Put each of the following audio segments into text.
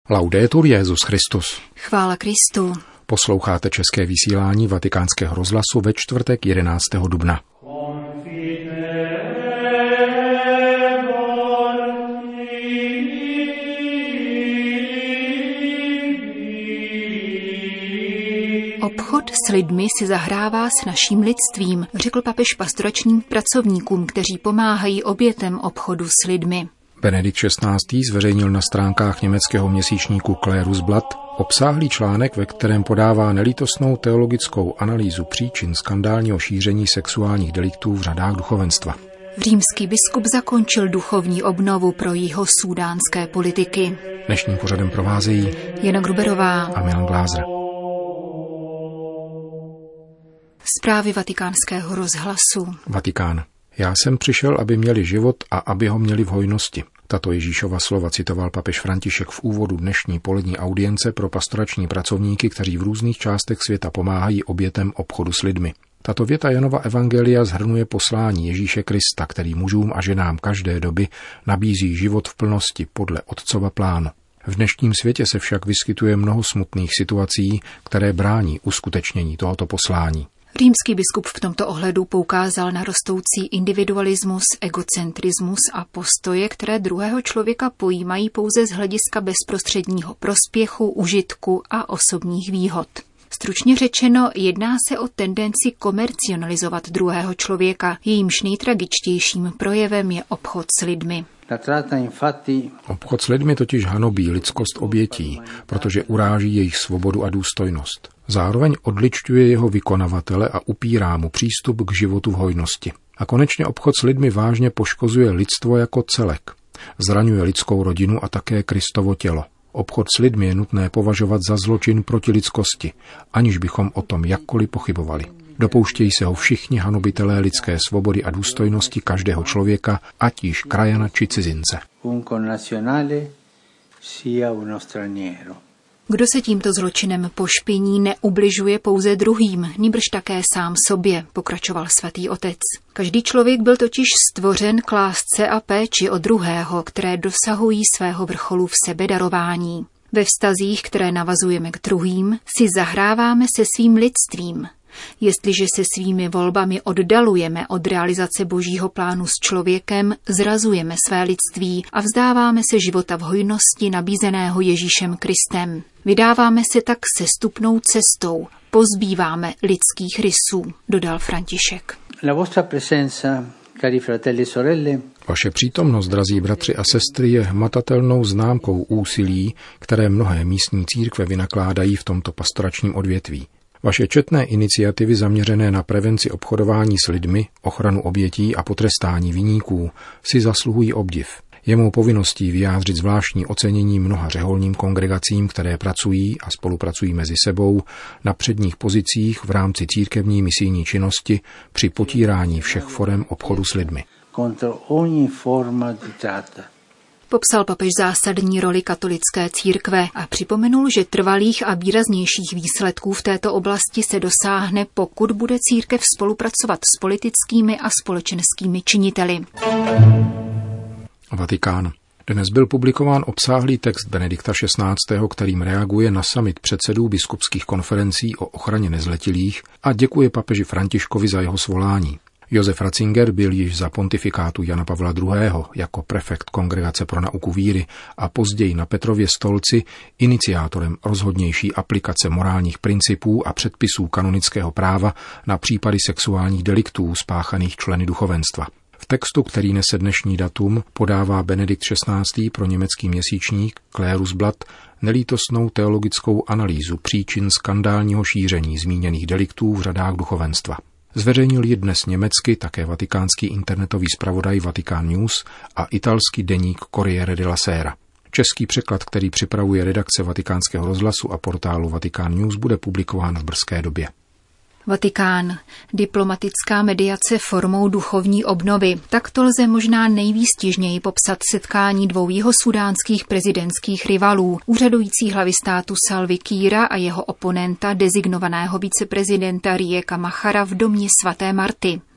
Laudetur Jesus Christus. Chvála Kristu. Posloucháte české vysílání Vatikánského rozhlasu ve čtvrtek 11. dubna. Obchod s lidmi si zahrává s naším lidstvím, řekl papež pastoračním pracovníkům, kteří pomáhají obětem obchodu s lidmi. Benedikt XVI. Zveřejnil na stránkách německého měsíčníku Klerusblatt obsáhlý článek, ve kterém podává nelítostnou teologickou analýzu příčin skandálního šíření sexuálních deliktů v řadách duchovenstva. Římský biskup zakončil duchovní obnovu pro jihosúdánské politiky. Dnešním pořadem provázejí Jana Gruberová a Milan Glázer. Zprávy Vatikánského rozhlasu. Vatikán. Já jsem přišel, aby měli život a aby ho měli v hojnosti. Tato Ježíšova slova citoval papež František v úvodu dnešní polední audience pro pastorační pracovníky, kteří v různých částech světa pomáhají obětem obchodu s lidmi. Tato věta Janova evangelia shrnuje poslání Ježíše Krista, který mužům a ženám každé doby nabízí život v plnosti podle Otcova plánu. V dnešním světě se však vyskytuje mnoho smutných situací, které brání uskutečnění tohoto poslání. Římský biskup v tomto ohledu poukázal na rostoucí individualismus, egocentrismus a postoje, které druhého člověka pojímají pouze z hlediska bezprostředního prospěchu, užitku a osobních výhod. Stručně řečeno, jedná se o tendenci komercionalizovat druhého člověka, jejímž nejtragičtějším projevem je obchod s lidmi. Obchod s lidmi totiž hanobí lidskost obětí, protože uráží jejich svobodu a důstojnost. Zároveň odličťuje jeho vykonavatele a upírá mu přístup k životu v hojnosti. A konečně obchod s lidmi vážně poškozuje lidstvo jako celek. Zraňuje lidskou rodinu a také Kristovo tělo. Obchod s lidmi je nutné považovat za zločin proti lidskosti, aniž bychom o tom jakkoliv pochybovali. Dopouštějí se ho všichni hanobitelé lidské svobody a důstojnosti každého člověka, ať již krajana či cizince. Kdo se tímto zločinem pošpiní, neubližuje pouze druhým, nýbrž také sám sobě, pokračoval svatý otec. Každý člověk byl totiž stvořen k lásce a péči o druhého, které dosahují svého vrcholu v sebedarování. Ve vztazích, které navazujeme k druhým, si zahráváme se svým lidstvím. Jestliže se svými volbami oddalujeme od realizace božího plánu s člověkem, zrazujeme své lidství a vzdáváme se života v hojnosti nabízeného Ježíšem Kristem. Vydáváme se tak sestupnou cestou, pozbýváme lidských rysů, dodal František. Vaše přítomnost, drazí bratři a sestry, je hmatatelnou známkou úsilí, které mnohé místní církve vynakládají v tomto pastoračním odvětví. Vaše četné iniciativy zaměřené na prevenci obchodování s lidmi, ochranu obětí a potrestání viníků si zasluhují obdiv. Je mou povinností vyjádřit zvláštní ocenění mnoha řeholním kongregacím, které pracují a spolupracují mezi sebou na předních pozicích v rámci církevní misijní činnosti při potírání všech forem obchodu s lidmi. Popsal papež zásadní roli katolické církve a připomenul, že trvalých a výraznějších výsledků v této oblasti se dosáhne, pokud bude církev spolupracovat s politickými a společenskými činiteli. Vatikán. Dnes byl publikován obsáhlý text Benedikta XVI., kterým reaguje na summit předsedů biskupských konferencí o ochraně nezletilých a děkuje papeži Františkovi za jeho svolání. Josef Ratzinger byl již za pontifikátu Jana Pavla II. Jako prefekt Kongregace pro nauku víry a později na Petrově stolci iniciátorem rozhodnější aplikace morálních principů a předpisů kanonického práva na případy sexuálních deliktů spáchaných členy duchovenstva. V textu, který nese dnešní datum, podává Benedikt XVI. Pro německý měsíčník Klerusblatt nelítostnou teologickou analýzu příčin skandálního šíření zmíněných deliktů v řadách duchovenstva. Zveřejnil ji dnes německy také vatikánský internetový zpravodaj Vatican News a italský deník Corriere della Sera. Český překlad, který připravuje redakce Vatikánského rozhlasu a portálu Vatican News, bude publikován v brzké době. Vatikán. Diplomatická mediace formou duchovní obnovy. Takto lze možná nejvýstižněji popsat setkání dvou jihosúdánských prezidentských rivalů, úřadující hlavy státu Salvy Kiira a jeho oponenta, designovaného viceprezidenta Rieka Machara v domě svaté Marty.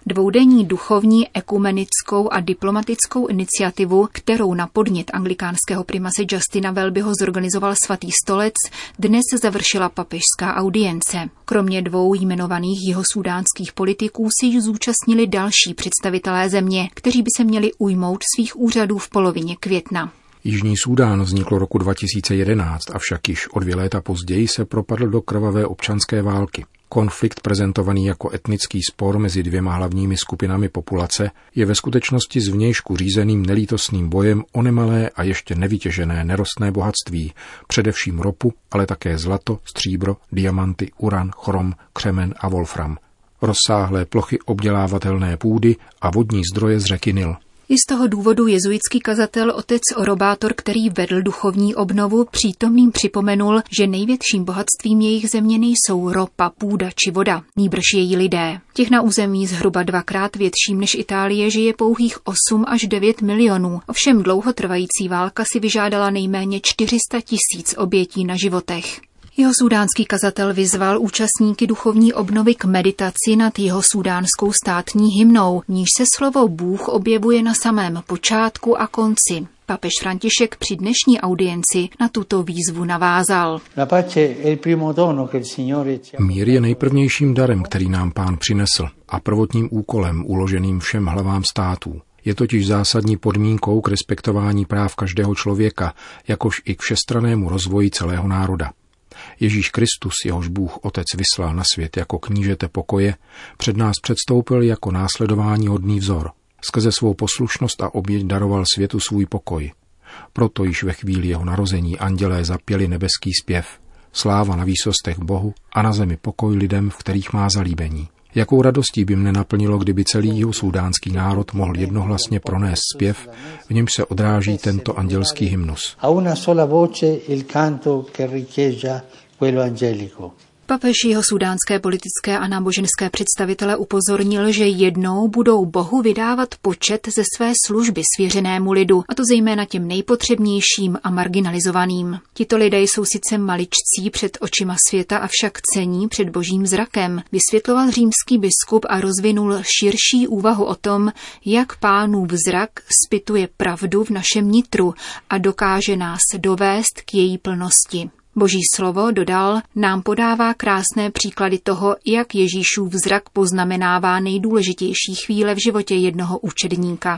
Dvoudenní duchovní, ekumenickou a diplomatickou iniciativu, kterou na podnět anglikánského primase Justina Welbyho zorganizoval Svatý stolec, dnes završila papežská audience. Kromě 2 jmenovaných jihosudánských politiků si již zúčastnili další představitelé země, kteří by se měli ujmout svých úřadů v polovině května. Jižní Súdán vznikl roku 2011, avšak již o 2 léta později se propadl do krvavé občanské války. Konflikt prezentovaný jako etnický spor mezi 2 hlavními skupinami populace je ve skutečnosti zvnějšku řízeným nelítostným bojem o nemalé a ještě nevytěžené nerostné bohatství, především ropu, ale také zlato, stříbro, diamanty, uran, chrom, křemen a wolfram. Rozsáhlé plochy obdělávatelné půdy a vodní zdroje z řeky Nil. I z toho důvodu jezuitský kazatel otec Orobátor, který vedl duchovní obnovu, přítomným připomenul, že největším bohatstvím jejich země nejsou ropa, půda či voda, nýbrž její lidé. Těch na území zhruba 2krát větším než Itálie žije pouhých 8 až 9 milionů. Ovšem dlouhotrvající válka si vyžádala nejméně 400 000 obětí na životech. Jihosudánský kazatel vyzval účastníky duchovní obnovy k meditaci nad jihosudánskou státní hymnou, v níž se slovo Bůh objevuje na samém počátku a konci. Papež František při dnešní audienci na tuto výzvu navázal. Mír je nejprvnějším darem, který nám Pán přinesl, a prvotním úkolem uloženým všem hlavám států. Je totiž zásadní podmínkou k respektování práv každého člověka, jakož i k všestrannému rozvoji celého národa. Ježíš Kristus, jehož Bůh Otec vyslal na svět jako knížete pokoje, před nás předstoupil jako následování hodný vzor. Skrze svou poslušnost a oběť daroval světu svůj pokoj. Proto již ve chvíli jeho narození andělé zapěli nebeský zpěv. Sláva na výsostech Bohu a na zemi pokoj lidem, v kterých má zalíbení. Jakou radostí by mne naplnilo, kdyby celý jihosudánský národ mohl jednohlasně pronést zpěv, v němž se odráží tento andělský hymnus. Papež jihosudánské politické a náboženské představitele upozornil, že jednou budou Bohu vydávat počet ze své služby svěřenému lidu, a to zejména těm nejpotřebnějším a marginalizovaným. Tito lidé jsou sice maličcí před očima světa, avšak cení před božím zrakem, vysvětloval římský biskup a rozvinul širší úvahu o tom, jak Pánův zrak zpytuje pravdu v našem nitru a dokáže nás dovést k její plnosti. Boží slovo, dodal, nám podává krásné příklady toho, jak Ježíšův zrak poznamenává nejdůležitější chvíle v životě jednoho učedníka.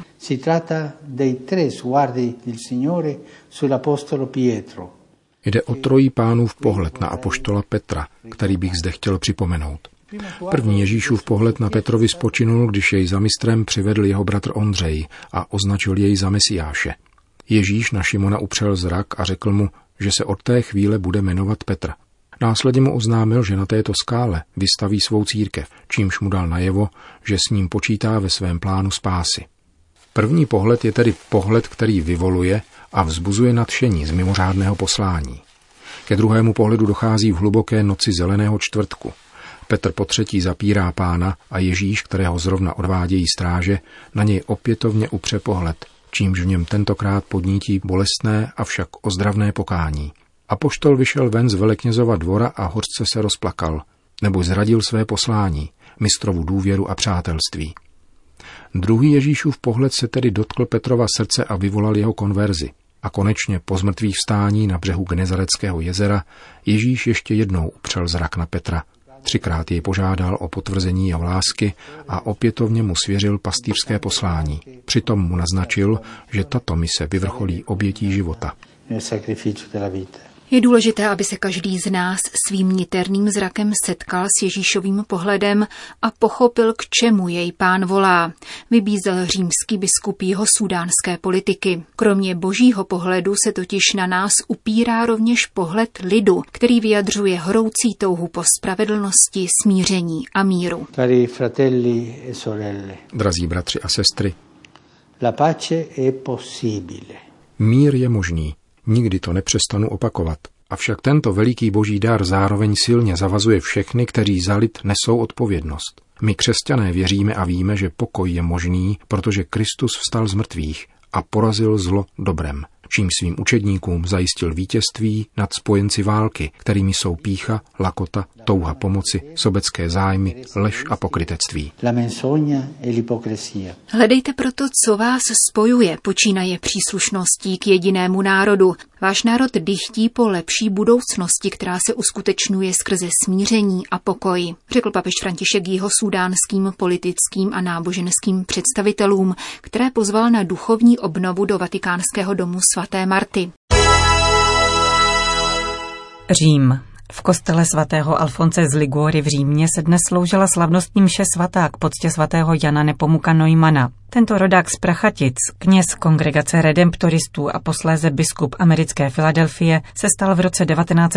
Jde o trojí Pánův pohled na apoštola Petra, který bych zde chtěl připomenout. První Ježíšův pohled na Petrovi spočinul, když jej za mistrem přivedl jeho bratr Ondřej a označil jej za Mesiáše. Ježíš na Šimona upřel zrak a řekl mu, že se od té chvíle bude jmenovat Petr. Následně mu oznámil, že na této skále vystaví svou církev, čímž mu dal najevo, že s ním počítá ve svém plánu spásy. První pohled je tedy pohled, který vyvoluje a vzbuzuje nadšení z mimořádného poslání. Ke druhému pohledu dochází v hluboké noci zeleného čtvrtku. Petr potřetí zapírá Pána a Ježíš, kterého zrovna odvádějí stráže, na něj opětovně upře pohled, čímž v něm tentokrát podnítí bolestné, avšak ozdravné pokání. Apoštol vyšel ven z veleknězova dvora a hořce se rozplakal, nebo zradil své poslání, mistrovu důvěru a přátelství. Druhý Ježíšův pohled se tedy dotkl Petrova srdce a vyvolal jeho konverzi. A konečně po zmrtvých vstání na břehu Genezareckého jezera Ježíš ještě jednou upřel zrak na Petra. 3krát jej požádal o potvrzení jeho lásky a opětovně mu svěřil pastýřské poslání. Přitom mu naznačil, že tato mise vyvrcholí obětí života. Je důležité, aby se každý z nás svým niterným zrakem setkal s Ježíšovým pohledem a pochopil, k čemu jej Pán volá, vybízel římský biskup jihosudánské politiky. Kromě božího pohledu se totiž na nás upírá rovněž pohled lidu, který vyjadřuje horoucí touhu po spravedlnosti, smíření a míru. Drazí bratři a sestry, la pace è possibile. Mír je možný. Nikdy to nepřestanu opakovat. Avšak tento veliký boží dar zároveň silně zavazuje všechny, kteří za lid nesou odpovědnost. My křesťané věříme a víme, že pokoj je možný, protože Kristus vstal z mrtvých a porazil zlo dobrem. čím svým učedníkům zajistil vítězství nad spojenci války, kterými jsou pýcha, lakota, touha pomoci, sobecké zájmy, lež a pokrytectví. Hledejte proto, co vás spojuje, počínaje příslušností k jedinému národu. Váš národ dychtí po lepší budoucnosti, která se uskutečňuje skrze smíření a pokoj, řekl papež František jihosudánským politickým a náboženským představitelům, které pozval na duchovní obnovu do Vatikánského domu svaté Marty. Řím. V kostele svatého Alfonse z Liguory v Římě se dnes sloužila slavnostní mše svatá k poctě svatého Jana Nepomuka Neumanna. Tento rodák z Prachatic, kněz kongregace redemptoristů a posléze biskup americké Filadelfie, se stal v roce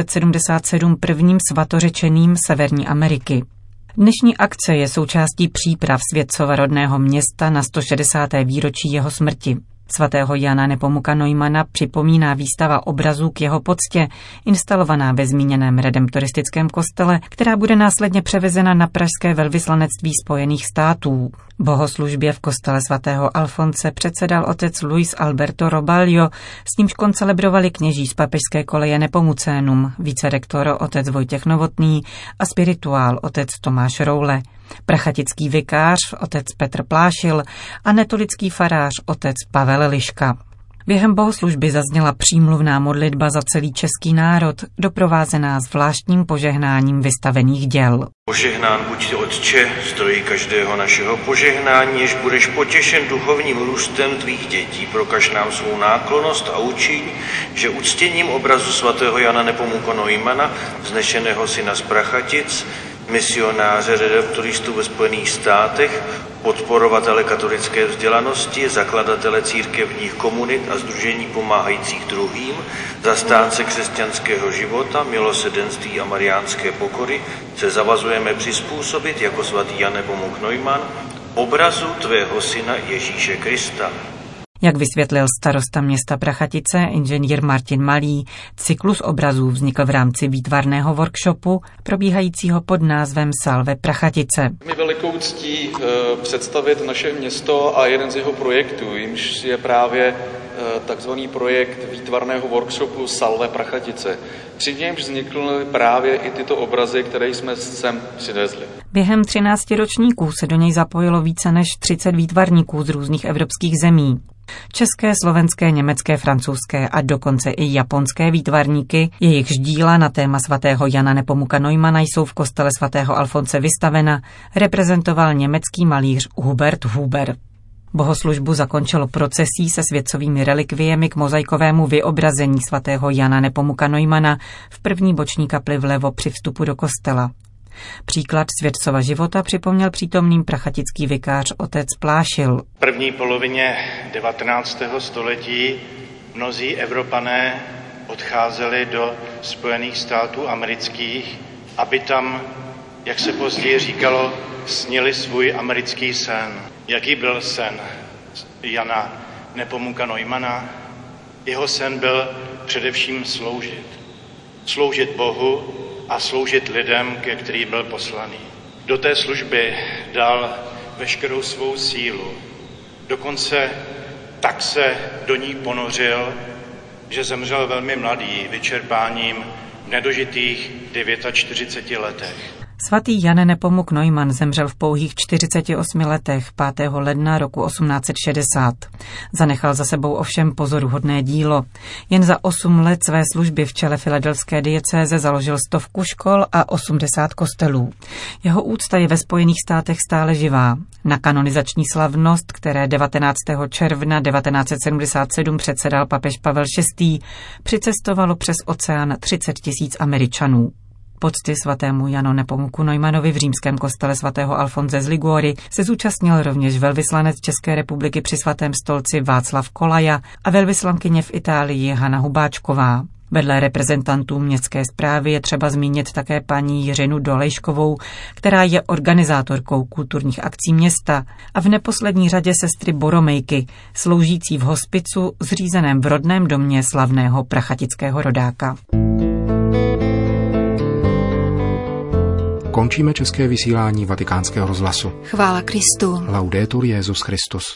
1977 prvním svatořečeným Severní Ameriky. Dnešní akce je součástí příprav světcova rodného města na 160. výročí jeho smrti. Svatého Jana Nepomuka Neumanna připomíná výstava obrazů k jeho poctě, instalovaná ve zmíněném redemptoristickém kostele, která bude následně převezena na pražské velvyslanectví Spojených států. Bohoslužbě v kostele svatého Alfonse předsedal otec Luis Alberto Roballo, s nímž koncelebrovali kněží z papežské koleje Nepomucénum, vicerektor otec Vojtěch Novotný a spirituál otec Tomáš Roule, prachatický vikář otec Petr Plášil a netolický farář otec Pavel Liška. Během bohoslužby zazněla přímluvná modlitba za celý český národ, doprovázená zvláštním požehnáním vystavených děl. Požehnán buď ty, Otče, zdroji každého našeho požehnání, jež budeš potěšen duchovním růstem tvých dětí. Prokaž nám svou náklonnost a učiň, že uctěním obrazu svatého Jana Nepomuka Neumanna, vznešeného syna z Prachatic, misionáře redemptoristů ve Spojených státech, podporovatele katolické vzdělanosti, zakladatele církevních komunit a sdružení pomáhajících druhým, zastánce křesťanského života, milosrdenství a mariánské pokory, se zavazujeme přizpůsobit jako svatý Jan Nepomuk Neumann obrazu tvého syna Ježíše Krista. Jak vysvětlil starosta města Prachatice, inženýr Martin Malý, cyklus obrazů vznikl v rámci výtvarného workshopu, probíhajícího pod názvem Salve Prachatice. Mi velikou ctí představit naše město a jeden z jeho projektů, jimž je právě takzvaný projekt výtvarného workshopu Salve Prachatice. Při němž vznikly právě i tyto obrazy, které jsme sem přivezli. Během 13 ročníků se do něj zapojilo více než 30 výtvarníků z různých evropských zemí. České, slovenské, německé, francouzské a dokonce i japonské výtvarníky, jejichž díla na téma svatého Jana Nepomuka Neumanna jsou v kostele svatého Alfonse vystavena, reprezentoval německý malíř Hubert Huber. Bohoslužbu zakončilo procesí se světcovými relikviemi k mozaikovému vyobrazení svatého Jana Nepomuka Neumanna v první boční kapli vlevo při vstupu do kostela. Příklad světcova života připomněl přítomným prachatický vikář otec Plášil. V první polovině 19. století mnozí Evropané odcházeli do Spojených států amerických, aby tam, jak se později říkalo, snili svůj americký sen. Jaký byl sen Jana Nepomuka Neumanna? Jeho sen byl především sloužit. Sloužit Bohu a sloužit lidem, ke kterým byl poslaný. Do té služby dal veškerou svou sílu. Dokonce tak se do ní ponořil, že zemřel velmi mladý, vyčerpáním v nedožitých 49 letech. Svatý Jan Nepomuk Neumann zemřel v pouhých 48 letech 5. ledna roku 1860. Zanechal za sebou ovšem pozoruhodné dílo. Jen za 8 let své služby v čele filadelfské diecéze založil 100 škol a 80 kostelů. Jeho úcta je ve Spojených státech stále živá. Na kanonizační slavnost, které 19. června 1977 předsedal papež Pavel VI., přicestovalo přes oceán 30 000 Američanů. Pocty svatému Janu Nepomuku Neumannovi v římském kostele svatého Alfonse z Liguory se zúčastnil rovněž velvyslanec České republiky při Svatém stolci Václav Kolaja a velvyslankyně v Itálii Hana Hubáčková. Vedle reprezentantů městské správy je třeba zmínit také paní Jiřinu Dolejškovou, která je organizátorkou kulturních akcí města, a v neposlední řadě sestry Boromejky, sloužící v hospicu zřízeném v rodném domě slavného prachatického rodáka. Končíme české vysílání Vatikánského rozhlasu. Chvála Kristu. Laudetur Jesus Christus.